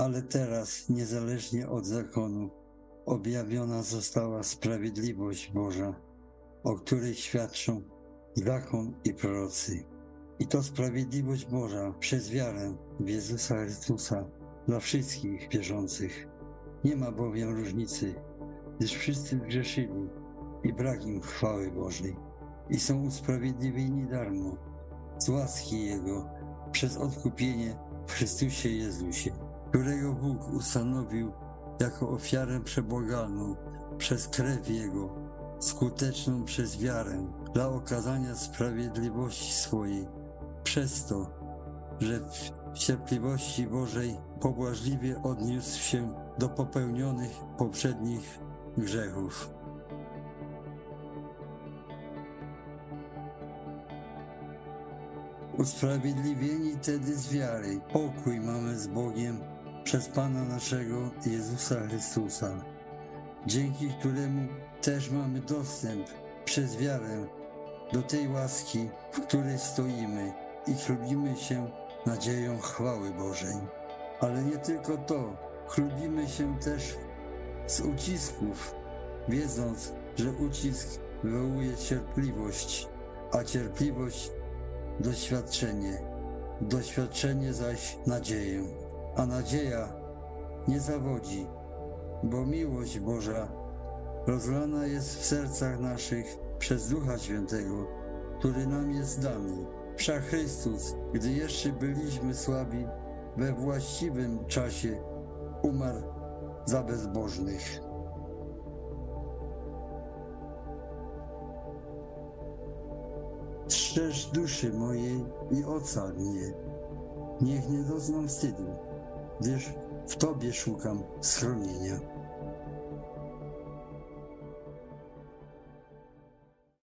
ale teraz, niezależnie od zakonu, objawiona została sprawiedliwość Boża, o której świadczą zakon i prorocy. I to sprawiedliwość Boża przez wiarę w Jezusa Chrystusa dla wszystkich wierzących. Nie ma bowiem różnicy, gdyż wszyscy grzeszyli i brak im chwały Bożej i są usprawiedliwieni darmo z łaski Jego przez odkupienie w Chrystusie Jezusie, którego Bóg ustanowił jako ofiarę przebłagalną przez krew Jego, skuteczną przez wiarę dla okazania sprawiedliwości swojej, przez to, że w cierpliwości Bożej pobłażliwie odniósł się do popełnionych poprzednich grzechów. Usprawiedliwieni tedy z wiary, pokój mamy z Bogiem przez Pana naszego Jezusa Chrystusa, dzięki któremu też mamy dostęp przez wiarę do tej łaski, w której stoimy i chlubimy się nadzieją chwały Bożej. Ale nie tylko to, chlubimy się też z ucisków, wiedząc, że ucisk wywołuje cierpliwość, a cierpliwość doświadczenie zaś nadzieję, a nadzieja nie zawodzi, bo miłość Boża rozlana jest w sercach naszych przez Ducha Świętego, który nam jest dany. Wszak Chrystus, gdy jeszcze byliśmy słabi, we właściwym czasie umarł za bezbożnych. Strzeż duszy mojej i ocal mnie, niech nie doznam wstydu, gdyż w Tobie szukam schronienia.